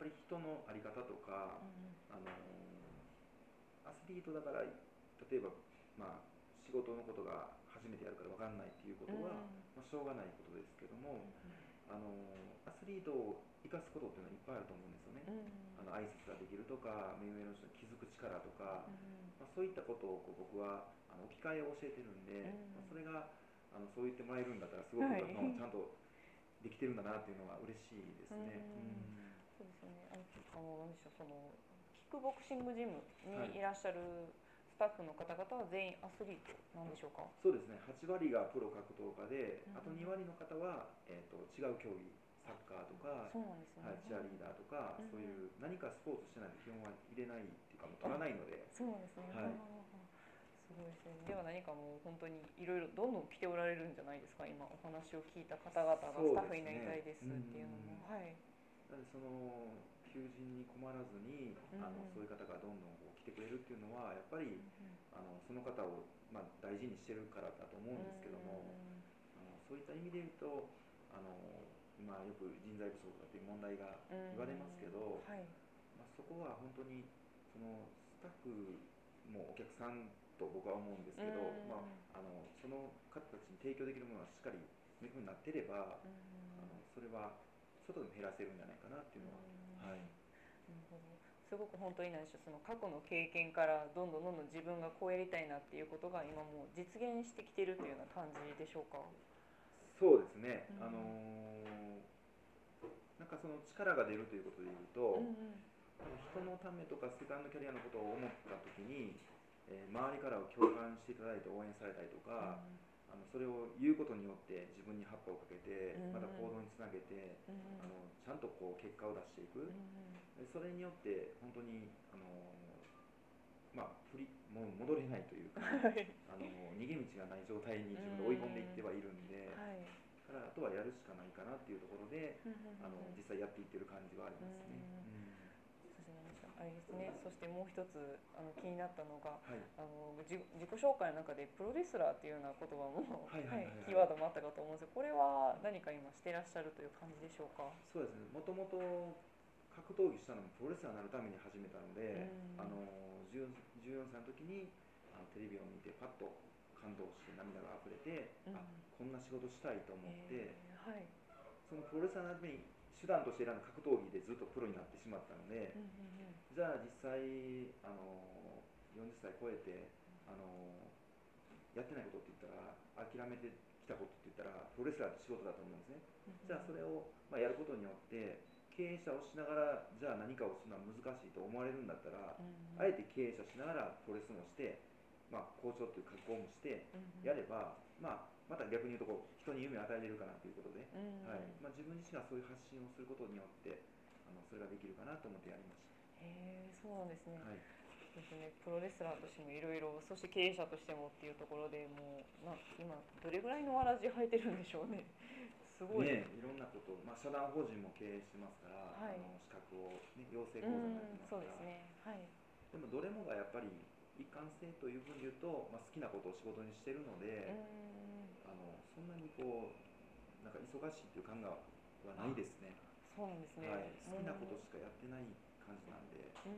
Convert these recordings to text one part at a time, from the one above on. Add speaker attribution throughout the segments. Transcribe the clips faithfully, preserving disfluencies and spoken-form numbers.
Speaker 1: ぱり人の在り方とか、
Speaker 2: うん
Speaker 1: あのアスリートだから、例えば、まあ、仕事のことが初めてやるから分かんないっていうことは、
Speaker 2: うん
Speaker 1: まあ、しょうがないことですけども、
Speaker 2: うん
Speaker 1: あのアスリートを生かすことっていうのはいっぱいあると思うんですよね。
Speaker 2: うん
Speaker 1: あの挨拶ができるとか、目上の人に気づく力とか、
Speaker 2: うん
Speaker 1: まあ、そういったことをこう僕はあの置き換えを教えてるんで、まあ、それがあのそう言ってもらえるんだったらすごく、
Speaker 2: はい。
Speaker 1: あのちゃんとできてるんだなっていうのは嬉しいで
Speaker 2: う
Speaker 1: すね。う
Speaker 2: ん、
Speaker 1: ん。
Speaker 2: そうですよね。あの、あの、なんでしょう、その、キックボクシングジム
Speaker 1: はい。
Speaker 2: にいらっしゃるスタッフの方々は全員アスリートなんでしょうか。
Speaker 1: そうですね、はち割がプロ格闘家で、
Speaker 2: うんうん
Speaker 1: あとに割の方は、えー、と違う競技、サッカーとか、
Speaker 2: そうなんですね。
Speaker 1: はい、チアリーダーとか、
Speaker 2: うんうん
Speaker 1: そういう何かスポーツしてないと基本は入れないっていうか、もう取らないので、
Speaker 2: そうなんですね。はあはあは
Speaker 1: はい、
Speaker 2: あ、すごいですね。では何かもう本当にいろいろどんどん来ておられるんじゃないですか。今お話を聞いた方々がス
Speaker 1: そうで
Speaker 2: タッフになりたい
Speaker 1: すね、う
Speaker 2: ですっていうのも、
Speaker 1: ん、
Speaker 2: はい。
Speaker 1: なのでその求人に困らずに、
Speaker 2: うんうん
Speaker 1: あのそういう方がどんどんこう来てくれるっていうのは、やっぱり
Speaker 2: うん
Speaker 1: あのその方を、まあ、大事にしてるからだと思う
Speaker 2: うん。
Speaker 1: んですけども、あのそういった意味で言うと、あの今よく人材不足だという問題が
Speaker 2: うんうんうん。
Speaker 1: 言われますけど、
Speaker 2: はい。
Speaker 1: まあ、そこは本当にそのスタッフもお客さんと僕は思うんです
Speaker 2: うんうん
Speaker 1: けど、まあ、あのその方たちに提供できるものがしっかり明確になっていれば、
Speaker 2: うん。
Speaker 1: あのそれは外でも減らせるんじゃないかなっていうのは、はい、
Speaker 2: なるほど。すごく本当に何でしょう、その過去の経験からどんどんどんどん自分がこうやりたいなっていうことが今もう実現してきてるっていうような感じでしょうか。
Speaker 1: そうですね、あの
Speaker 2: うん
Speaker 1: ーなんかその力が出るということでいう
Speaker 2: うんう
Speaker 1: と、
Speaker 2: ん
Speaker 1: 人のためとかセカンドキャリアのことを思った時に、えー周りから共感していただいて応援されたりと
Speaker 2: うん
Speaker 1: か、あのそれを言うことによって自分に葉っぱをかけて、
Speaker 2: うん
Speaker 1: また行動につなげて、
Speaker 2: うん
Speaker 1: あのちゃんとこう結果を出していく。
Speaker 2: うん
Speaker 1: それによって本当にあのまあ、振りもう戻れないというか、
Speaker 2: はい。
Speaker 1: あの逃げ道がない状態に
Speaker 2: う
Speaker 1: 自分で追い込んでいっ
Speaker 2: ん
Speaker 1: てはいるんで、
Speaker 2: はい。
Speaker 1: からあとはやるしかないかなっていうところで、
Speaker 2: うんうんうん
Speaker 1: あの実際やっていってる感じはあり
Speaker 2: うん。
Speaker 1: ますね。
Speaker 2: うん。
Speaker 1: うん、
Speaker 2: そうですね、あれですね。そしてもう一つあの気になったのが、
Speaker 1: はい、
Speaker 2: あの自自己紹介の中でプロレスラーっていうような言葉も、
Speaker 1: はいはいはいはい、
Speaker 2: はい、キーワードもあったかと思うんですが、これは何か今してらっしゃるという感じでしょうか。
Speaker 1: そうですね、もともと格闘技したのもプロレスラーになるために始めたの
Speaker 2: う
Speaker 1: で、あ
Speaker 2: ん。
Speaker 1: の じゅうよん, 歳の時にあのテレビを見てパッと感動して涙が溢れて、
Speaker 2: うん。
Speaker 1: あ、こんな仕事したいと思って、
Speaker 2: えー、はい。
Speaker 1: そのプロレスラーのために手段として選んだ格闘技でずっとプロになってしまったので、
Speaker 2: うんうん
Speaker 1: じゃあ実際あのよんじゅっさい超えてあのやってないことって言ったら、諦めてきたことって言ったらプロレスラーって仕事だと思うんですね。じゃあそれを、まあ、やることによって経営者をしながらじゃあ何かをするのは難しいと思われるんだったら、
Speaker 2: うんうん
Speaker 1: あえて経営者しながらプロレスもして、まあ、校長という格好もしてやれば、まあ、また逆に言うとこう人に夢を与えれるかなということで、
Speaker 2: うんうんうん。
Speaker 1: はいまあ、自分自身がそういう発信をすることによってあのそれができるかなと思ってやりまし
Speaker 2: へえ、そうなんですね。
Speaker 1: た。はい、
Speaker 2: そうですね、プロレスラーとしてもいろいろ、そして経営者としてもっていうところでもうな今どれぐらいのわらじ履いてるんでしょうね。すごい。
Speaker 1: ねえ、いろんなこと、まあ、社団法人も経営してますから、
Speaker 2: はい。
Speaker 1: あの資格を、ね、養成
Speaker 2: う
Speaker 1: 講座もやって
Speaker 2: ん、
Speaker 1: ますから、
Speaker 2: そうですね。はい。
Speaker 1: でもどれもがやっぱり一貫性というふうに言うと、まあ、好きなことを仕事にしてるの
Speaker 2: う
Speaker 1: で、
Speaker 2: ん。
Speaker 1: あのそんなにこうなんか忙しいっていう感がはない
Speaker 2: あ、
Speaker 1: ですね。
Speaker 2: そうなんです
Speaker 1: はい、
Speaker 2: ね。
Speaker 1: 好きなこと
Speaker 2: も
Speaker 1: しかやってない感じなんで、
Speaker 2: う、うん、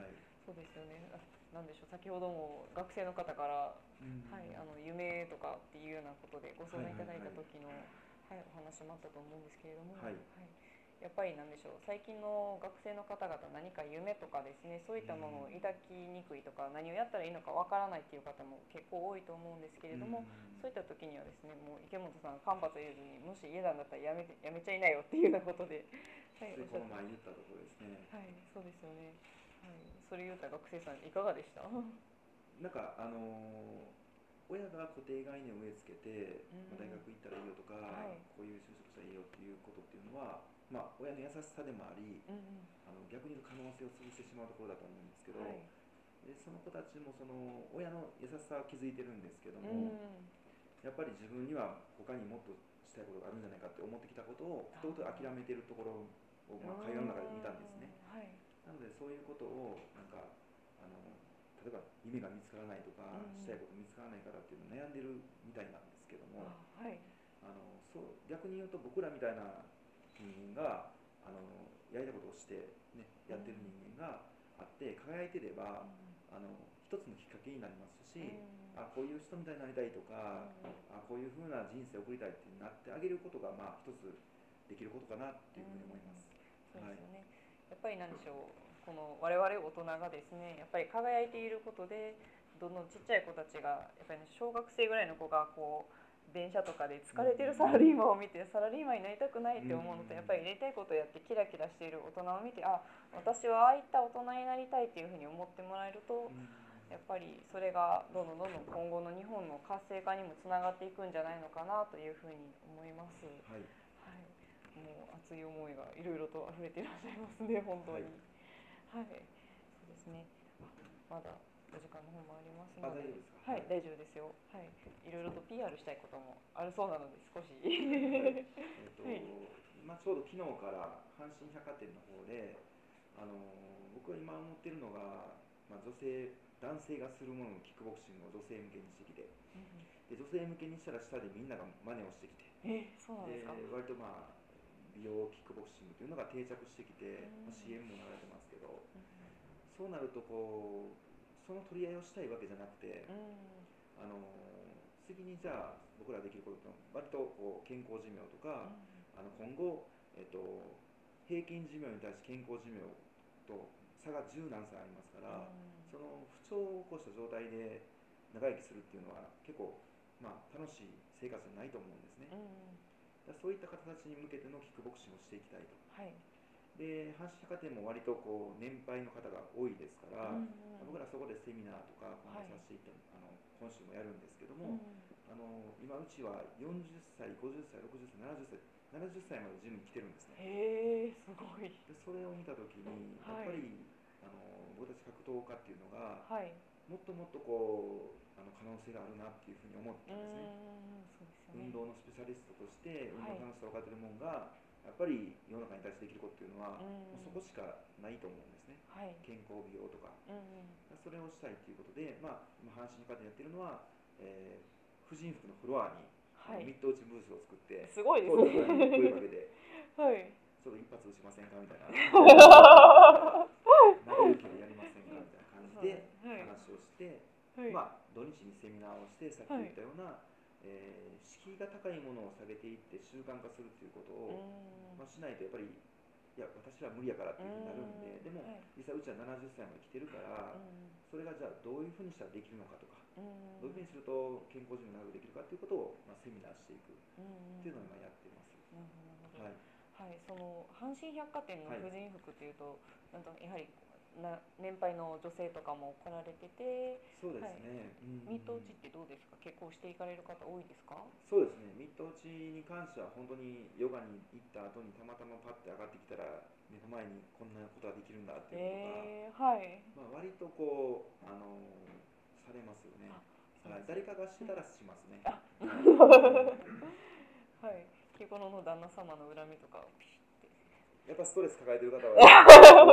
Speaker 1: はい、
Speaker 2: そうですよね。あ、なんでしょう。先ほども学生の方から、
Speaker 1: うん、
Speaker 2: はい、あの夢とかっていうようなことでご相
Speaker 1: はいはいはい、
Speaker 2: 談いただいた時の、はい、お話もあったと思うんですけれども、
Speaker 1: はい、
Speaker 2: はい、やっぱりなんでしょう、最近の学生の方々何か夢とかですね、そういったものを抱きにくいとか、何をやったらいいのかわからないっていう方も結構多いと思うんですけれ
Speaker 1: うん、
Speaker 2: ども、そういった時にはですね、もう池本さん間髪入れずに、もし嫌なんだったらやめてやめちゃいなよっていうようなことで、はい、
Speaker 1: ついこの
Speaker 2: おっしゃってまし
Speaker 1: 前言ったところですね。
Speaker 2: た。はい、そうですよね。はい、それ言った学生さんいかがでした？うん。
Speaker 1: なんかあのー親が固定概念を植え付けて、まあ、大学行ったらいいよとか、
Speaker 2: はい。
Speaker 1: こういう就職したらいいよっていうことっていうのは、まあ、親の優しさでもあり、
Speaker 2: うんうん。
Speaker 1: あの逆に言う可能性を潰してしまうところだと思うんですけ
Speaker 2: はい。
Speaker 1: ど、でその子たちもその親の優しさは気づいてるんですけど
Speaker 2: う
Speaker 1: も、
Speaker 2: ん。
Speaker 1: やっぱり自分には他にもっとしたいことがあるんじゃないかって思ってきたことを
Speaker 2: あ
Speaker 1: 一言諦めてるところを、
Speaker 2: ーうー
Speaker 1: まあ、会話の中で見たんですね。
Speaker 2: ん。はい。
Speaker 1: なのでそういうことをなんかあの例えば夢が見つからないとか
Speaker 2: うんうん。
Speaker 1: したいこと見つからないからっていうのを悩んでるみたいなんですけども、
Speaker 2: あ、はい。
Speaker 1: あのそう逆に言うと僕らみたいな人間があのやりたいことをして、ね、やってる人間があって輝いてれば、あの一つのきっかけになりますし、あこういう人みたいになりたいとか、あこういう風な人生を送りたいってなってあげることが、まあ一つできることかなっていうふうに思います。
Speaker 2: そうですよね。やっぱり何でしょう、この我々大人がですね、やっぱり輝いていることで、どんどんちっちゃい子たちがやっぱり、ね、小学生ぐらいの子がこう電車とかで疲れてるサラリーマンを見て、サラリーマンになりたくないって思うのと、やっぱりやりたいことをやってキラキラしている大人を見て、あ、私はああいった大人になりたいっていうふうに思ってもらえると、やっぱりそれがどんどんどんどん今後の日本の活性化にもつながっていくんじゃないのかなというふうに思います。
Speaker 1: はい、
Speaker 2: はい、もう熱い思いがいろいろと溢れていらっしゃいますね、本当に。はい、はい、そうですね。まだお時間の方もありますので、はい、大丈夫ですよ。はい、いろいろと ピーアール したいこともあるそうなので少し。はい、えっと、
Speaker 1: はい、まあちょうど昨日から阪神百貨店の方で、あの僕が今思っているのが、まあ、女性男性がするもののキックボクシングを女性向けにしてきて、うん、で女性向けにしたら下でみんなが真似をしてきて、
Speaker 2: えそうなんですか。
Speaker 1: で割とまあ美容キックボクシングというのが定着してきて、まあ、シーエム も流れてますけど、うん、そうなるとこうその取り合いをしたいわけじゃなくて、うん、あの次にじゃあ僕らできること割とこう健康寿命とか、うん、あの今後、えっと、平均寿命に対して健康寿命と差が十何歳ありますから、うん、その不調を起こした状態で長生きするっていうのは結構、まあ、楽しい生活じゃないと思うんですね、うん、だそういった形に向けてのキックボクシングをしていきたいと、はい、で阪神百貨店も割とこう年配の方が多いですから、うんうん、僕らそこでセミナーとか講演させていって、はい、あの今週もやるんですけども、うん、あの今うちはよんじゅっさい、ごじゅっさい、ろくじゅっさい、ななじゅっさい、ななじゅっさいまでジムに来てるんですね。
Speaker 2: へー、すごい。
Speaker 1: でそれを見たときにやっぱり、はい、あの僕たち格闘家っていうのが、はい、もっともっとこうあの可能性があるなっていうふうに思ったんですね。そうですよね。運動のスペシャリストとして運動の楽しさを分かっているものが、はい、やっぱり世の中に対してできることっていうのは、もうそこしかないと思うんですね、はい、健康美容とか、うんうん、それをしたいということで、まあ、今阪神百貨店やってるのは、えー、婦人服のフロアに、はい、ミット打ちブースを作って
Speaker 2: すごいですね、
Speaker 1: 声かけて、はい、ちょっと一発打ちませんかみたいな投げる気でやりませんかみたいな感じで話をして、はい、まあ土日にセミナーをしてさっき言ったような、はい、えー、敷居が高いものを下げていって習慣化するということを、まあ、しないとやっぱりいや私は無理やからっていうふうになるんで、でも、はい、実際うちはななじゅっさいまで来てるから、それがじゃあどういうふうにしたらできるのかとか、どういうふうにすると健康寿命長くできるかということを、まあ、セミナーしていくっていうのを今やっています。
Speaker 2: はいはい、その阪神百貨店の婦人服というと、はい、なんとやはりな年配の女性とかも来られてて、
Speaker 1: そうですね、
Speaker 2: はい、ミット打ちってどうですか、結構していかれる方多いですか？
Speaker 1: そうですね、ミット打ちに関しては本当にヨガに行った後にたまたまパッて上がってきたら目の前にこんなことができるんだっていうのとか、えーはい、まあ、割とこう、あのー、されますよね。はい、誰かがしてたらしますね。はい、
Speaker 2: 日頃の旦那様の恨みとか
Speaker 1: やっぱストレス抱えてる方は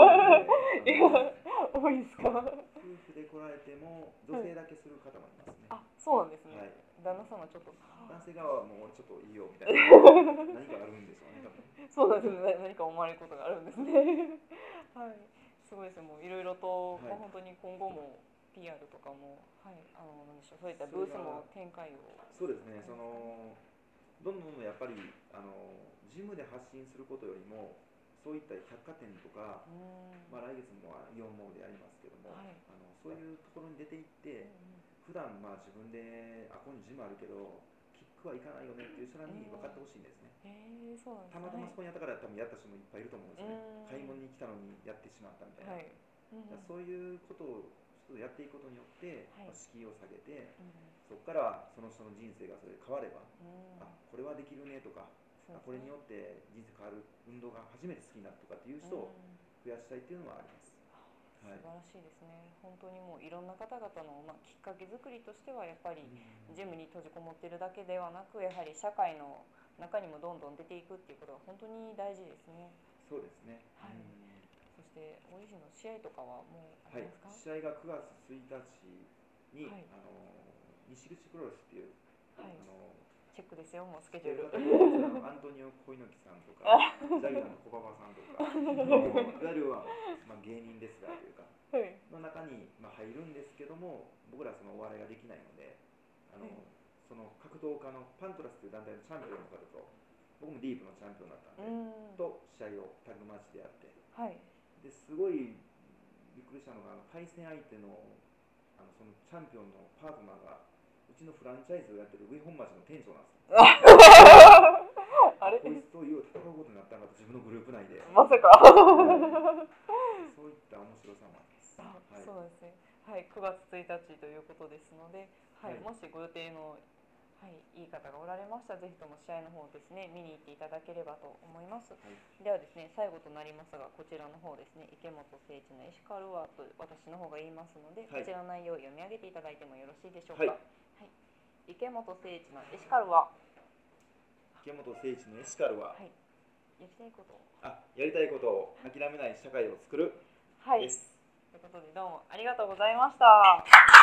Speaker 2: 多いですか？
Speaker 1: 夫婦で来られても女性だけする方もいますね。
Speaker 2: あ、そうなんですね。はい、旦那様ちょっと
Speaker 1: 男性側はもうちょっといいよみたいな何かあるんでしょうね、多分。
Speaker 2: そうなんですね。何か思われることがあるんですね。はい、すごいですね。もういろいろと、はい、本当に今後も ピーアール とかも、はい、あの何でしょう、そういったブースも展開を。
Speaker 1: そうですね。そのどんどんやっぱりあのジムで発信することよりもそういった百貨店とか、まあ、来月もイオンモールでやりますけども、はい、あのそういうところに出ていって、普段まあ自分であここにジムあるけどキックはいかないよねっていう人らに分かってほしいんですね。
Speaker 2: えー、そうなんですね。
Speaker 1: たまたまそこにやったから多分やった人もいっぱいいると思うんですね。買い物に来たのにやってしまったみたいな、はい、そういうことをちょっとやっていくことによって、はい、まあ、敷居を下げて、うん、そこからその人の人生がそれで変われば、うん、あこれはできるねとか、ね、これによって人生変わる運動が初めて好きになったとかっていう人を増やしたいっていうのはあります。
Speaker 2: うん、はい、素晴らしいですね。本当にもういろんな方々の、まあ、きっかけ作りとしてはやっぱりジムに閉じこもっているだけではなく、やはり社会の中にもどんどん出ていくっていうことが本当に大事ですね。
Speaker 1: そうですね。
Speaker 2: はい。そしてご自身の試合とかはもうありますか？
Speaker 1: はい、試合がくがつついたちに、はい、あの西口プロレスっていう、はい、あの
Speaker 2: チェックですよ、もうスケジュール。
Speaker 1: アントニオ小猪木さんとか、ジャギラの小馬場さんとか、いわゆるは、まあ、芸人レスラーというか、
Speaker 2: はい、
Speaker 1: の中に、まあ、入るんですけども、僕らそのお笑いができないので、あの、はい、その格闘家のパントラスという団体のチャンピオンの方と、僕もディープのチャンピオンだったんで、んと試合をタッグマッチでやって、はい、ですごいびっくりしたのが、対戦相手のあのそのチャンピオンのパートナーが、うちのフランチャイズをやってる上本町の店長なんですよ。あれこいつという戦うことになったのかと、自分のグループ内で。
Speaker 2: まさか。
Speaker 1: そういった面白さもあります。
Speaker 2: あ、はい、そうですね。はい、くがつついたちということですので、はい、はい、もしご予定の、はい、いい方がおられましたら、ぜひとも試合の方ですね、見に行っていただければと思います。はい、ではですね、最後となりますが、こちらの方ですね、池本誠一のエシカルワーと私の方が言いますので、はい、こちらの内容を読み上げていただいてもよろしいでしょうか。はい、はい、池本誠一のエシカルワー。
Speaker 1: 池本誠一のエシカルは、はい、
Speaker 2: やりたいことを
Speaker 1: あやりたいことを諦めない社会を作る、
Speaker 2: はい、です。ということでどうもありがとうございました。